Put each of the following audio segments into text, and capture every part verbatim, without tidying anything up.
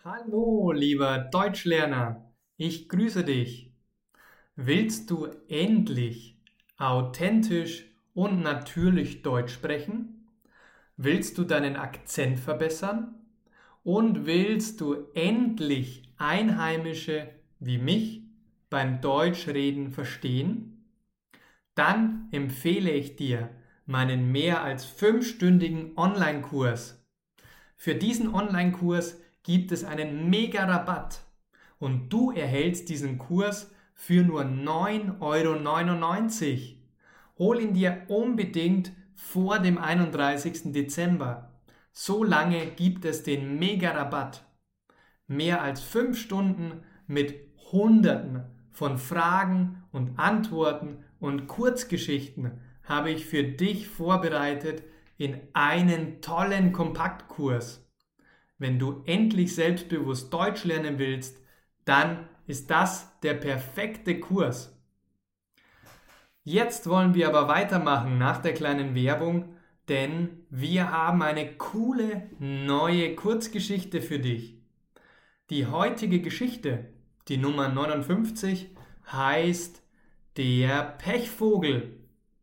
Hallo, lieber Deutschlerner, ich grüße dich. Willst du endlich authentisch und natürlich Deutsch sprechen? Willst du deinen Akzent verbessern? Und willst du endlich Einheimische wie mich beim Deutschreden verstehen? Dann empfehle ich dir meinen mehr als fünfstündigen Online-Kurs. Für diesen Online-Kurs gibt es einen Mega-Rabatt und du erhältst diesen Kurs für nur neun Euro neunundneunzig. Hol ihn dir unbedingt vor dem einunddreißigsten Dezember. So lange gibt es den Mega-Rabatt. Mehr als fünf Stunden mit Hunderten von Fragen und Antworten und Kurzgeschichten habe ich für dich vorbereitet in einen tollen Kompaktkurs. Wenn du endlich selbstbewusst Deutsch lernen willst, dann ist das der perfekte Kurs. Jetzt wollen wir aber weitermachen nach der kleinen Werbung, denn wir haben eine coole neue Kurzgeschichte für dich. Die heutige Geschichte, die Nummer neunundfünfzig, heißt Der Pechvogel.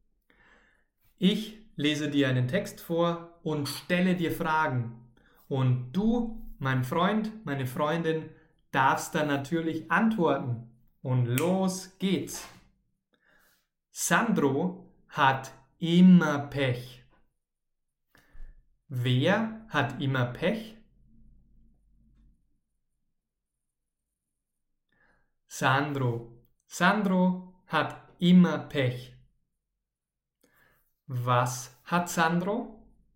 Ich lese dir einen Text vor und stelle dir Fragen. Und du, mein Freund, meine Freundin, darfst dann natürlich antworten. Und los geht's. Sandro hat immer Pech. Wer hat immer Pech? Sandro. Sandro hat immer Pech. Was hat Sandro?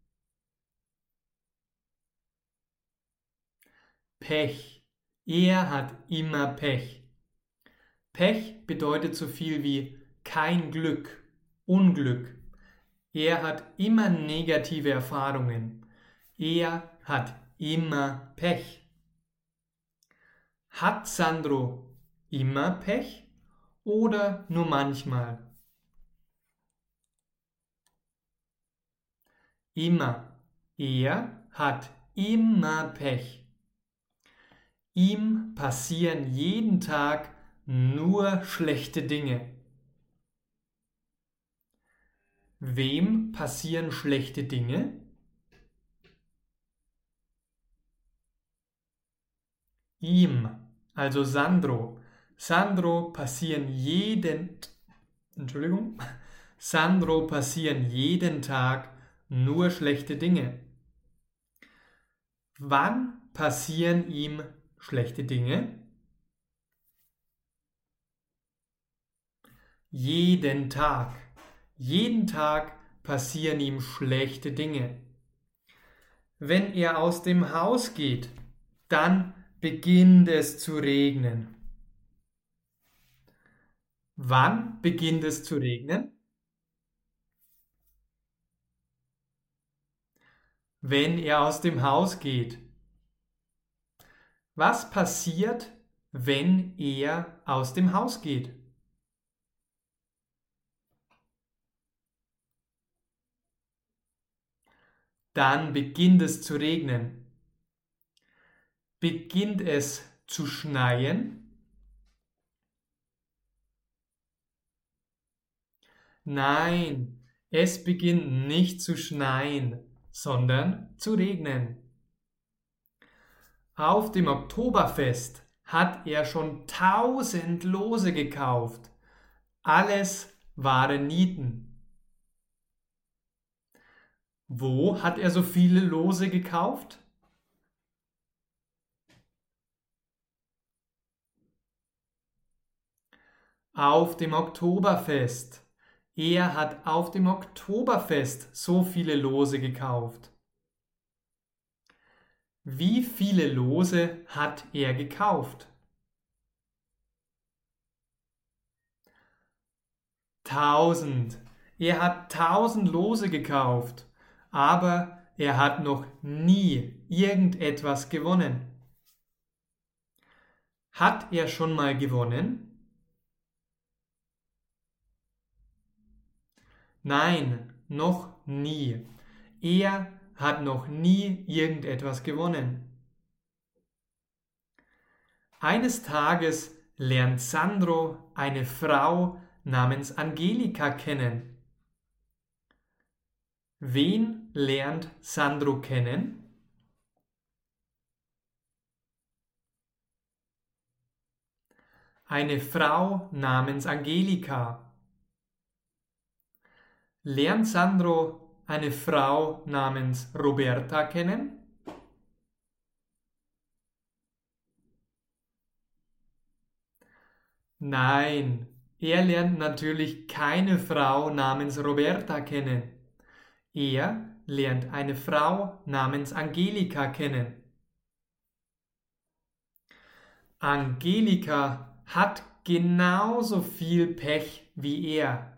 Pech. Er hat immer Pech. Pech bedeutet so viel wie kein Glück, Unglück. Er hat immer negative Erfahrungen. Er hat immer Pech. Hat Sandro immer Pech oder nur manchmal? Immer. Er hat immer Pech. Ihm passieren jeden Tag nur schlechte Dinge. Wem passieren schlechte Dinge? Ihm, also Sandro. Sandro passieren jeden, Entschuldigung, Sandro passieren jeden Tag nur schlechte Dinge. Wann passieren ihm schlechte Dinge? Jeden Tag. Jeden Tag passieren ihm schlechte Dinge. Wenn er aus dem Haus geht, dann beginnt es zu regnen. Wann beginnt es zu regnen? Wenn er aus dem Haus geht. Was passiert, wenn er aus dem Haus geht? Dann beginnt es zu regnen. Beginnt es zu schneien? Nein, es beginnt nicht zu schneien, sondern zu regnen. Auf dem Oktoberfest hat er schon tausend Lose gekauft. Alles waren Nieten. Wo hat er so viele Lose gekauft? Auf dem Oktoberfest. Er hat auf dem Oktoberfest so viele Lose gekauft. Wie viele Lose hat er gekauft? Tausend. Er hat tausend Lose gekauft, aber er hat noch nie irgendetwas gewonnen. Hat er schon mal gewonnen? Nein, noch nie. Er hat noch nie irgendetwas gewonnen. Eines Tages lernt Sandro eine Frau namens Angelika kennen. Wen lernt Sandro kennen? Eine Frau namens Angelika. Lernt Sandro eine Frau namens Roberta kennen? Nein, er lernt natürlich keine Frau namens Roberta kennen. Er lernt eine Frau namens Angelika kennen. Angelika hat genauso viel Pech wie er.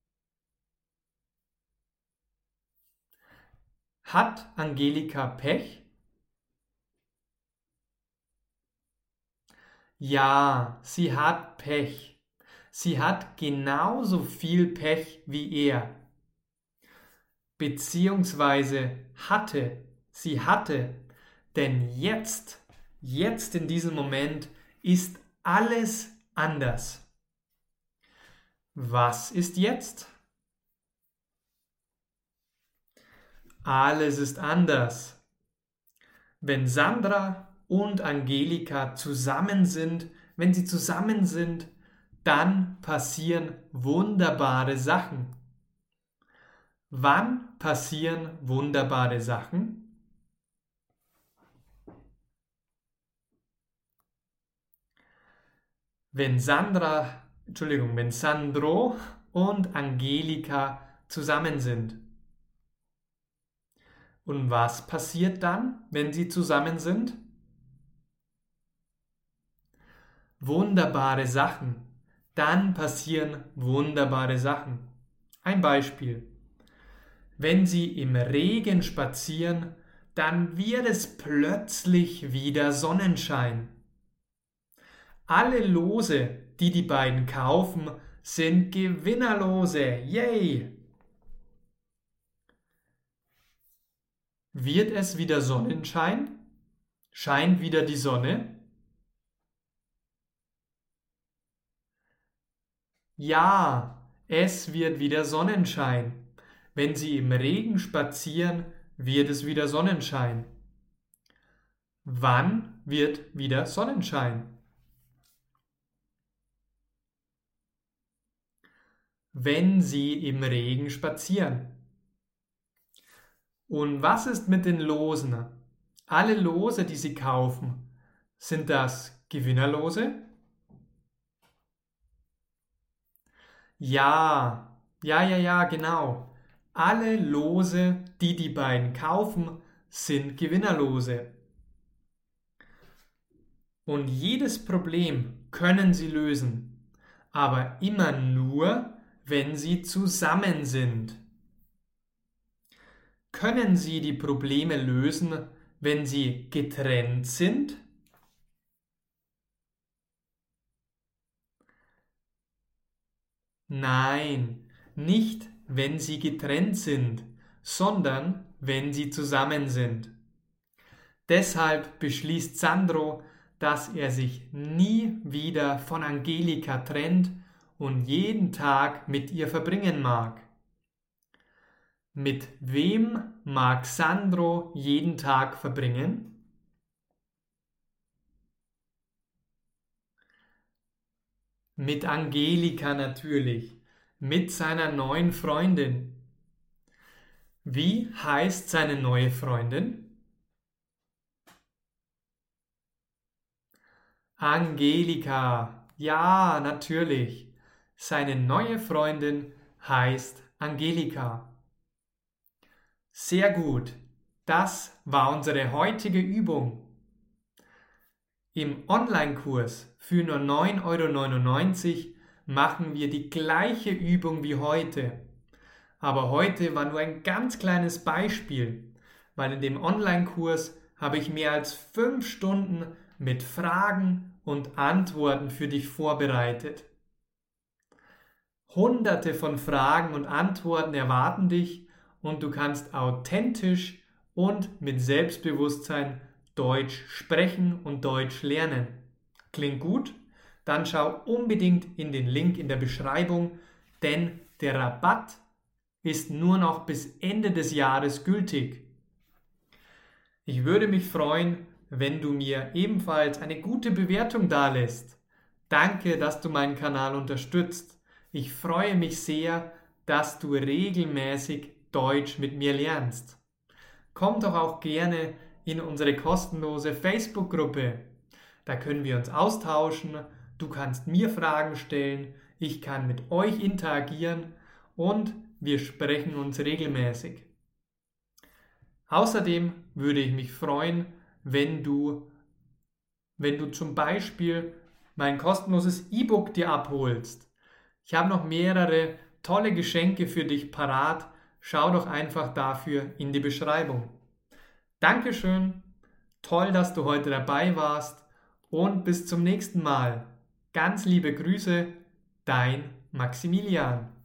Hat Angelika Pech? Ja, sie hat Pech. Sie hat genauso viel Pech wie er. Beziehungsweise hatte, sie hatte, denn jetzt, jetzt in diesem Moment ist alles anders. Was ist jetzt? Alles ist anders. Wenn Sandra und Angelika zusammen sind, wenn sie zusammen sind, dann passieren wunderbare Sachen. Wann passieren wunderbare Sachen? Wenn Sandra, Entschuldigung, wenn Sandro und Angelika zusammen sind. Und was passiert dann, wenn sie zusammen sind? Wunderbare Sachen. Dann passieren wunderbare Sachen. Ein Beispiel. Wenn sie im Regen spazieren, dann wird es plötzlich wieder Sonnenschein. Alle Lose, die die beiden kaufen, sind Gewinnerlose. Yay! Wird es wieder Sonnenschein? Scheint wieder die Sonne? Ja, es wird wieder Sonnenschein. Wenn Sie im Regen spazieren, wird es wieder Sonnenschein. Wann wird wieder Sonnenschein? Wenn Sie im Regen spazieren. Und was ist mit den Losen? Alle Lose, die Sie kaufen, sind das Gewinnerlose? Ja, ja, ja, ja, genau. Alle Lose, die die beiden kaufen, sind Gewinnerlose. Und jedes Problem können Sie lösen, aber immer nur, wenn Sie zusammen sind. Können Sie die Probleme lösen, wenn Sie getrennt sind? Nein, nicht wenn Sie getrennt sind, sondern wenn Sie zusammen sind. Deshalb beschließt Sandro, dass er sich nie wieder von Angelika trennt und jeden Tag mit ihr verbringen mag. Mit wem mag Sandro jeden Tag verbringen? Mit Angelika natürlich, mit seiner neuen Freundin. Wie heißt seine neue Freundin? Angelika. Ja, natürlich. Seine neue Freundin heißt Angelika. Sehr gut. Das war unsere heutige Übung. Im Online-Kurs für nur neun Euro neunundneunzig machen wir die gleiche Übung wie heute. Aber heute war nur ein ganz kleines Beispiel, weil in dem Online-Kurs habe ich mehr als fünf Stunden mit Fragen und Antworten für dich vorbereitet. Hunderte von Fragen und Antworten erwarten dich und du kannst authentisch und mit Selbstbewusstsein Deutsch sprechen und Deutsch lernen. Klingt gut? Dann schau unbedingt in den Link in der Beschreibung, denn der Rabatt ist nur noch bis Ende des Jahres gültig. Ich würde mich freuen, wenn du mir ebenfalls eine gute Bewertung dalässt. Danke, dass du meinen Kanal unterstützt. Ich freue mich sehr, dass du regelmäßig Deutsch mit mir lernst. Komm doch auch gerne in unsere kostenlose Facebook-Gruppe. Da können wir uns austauschen, du kannst mir Fragen stellen, ich kann mit euch interagieren und wir sprechen uns regelmäßig. Außerdem würde ich mich freuen, wenn du, wenn du zum Beispiel mein kostenloses E-Book dir abholst. Ich habe noch mehrere tolle Geschenke für dich parat. Schau doch einfach dafür in die Beschreibung. Dankeschön, toll, dass du heute dabei warst und bis zum nächsten Mal. Ganz liebe Grüße, dein Maximilian.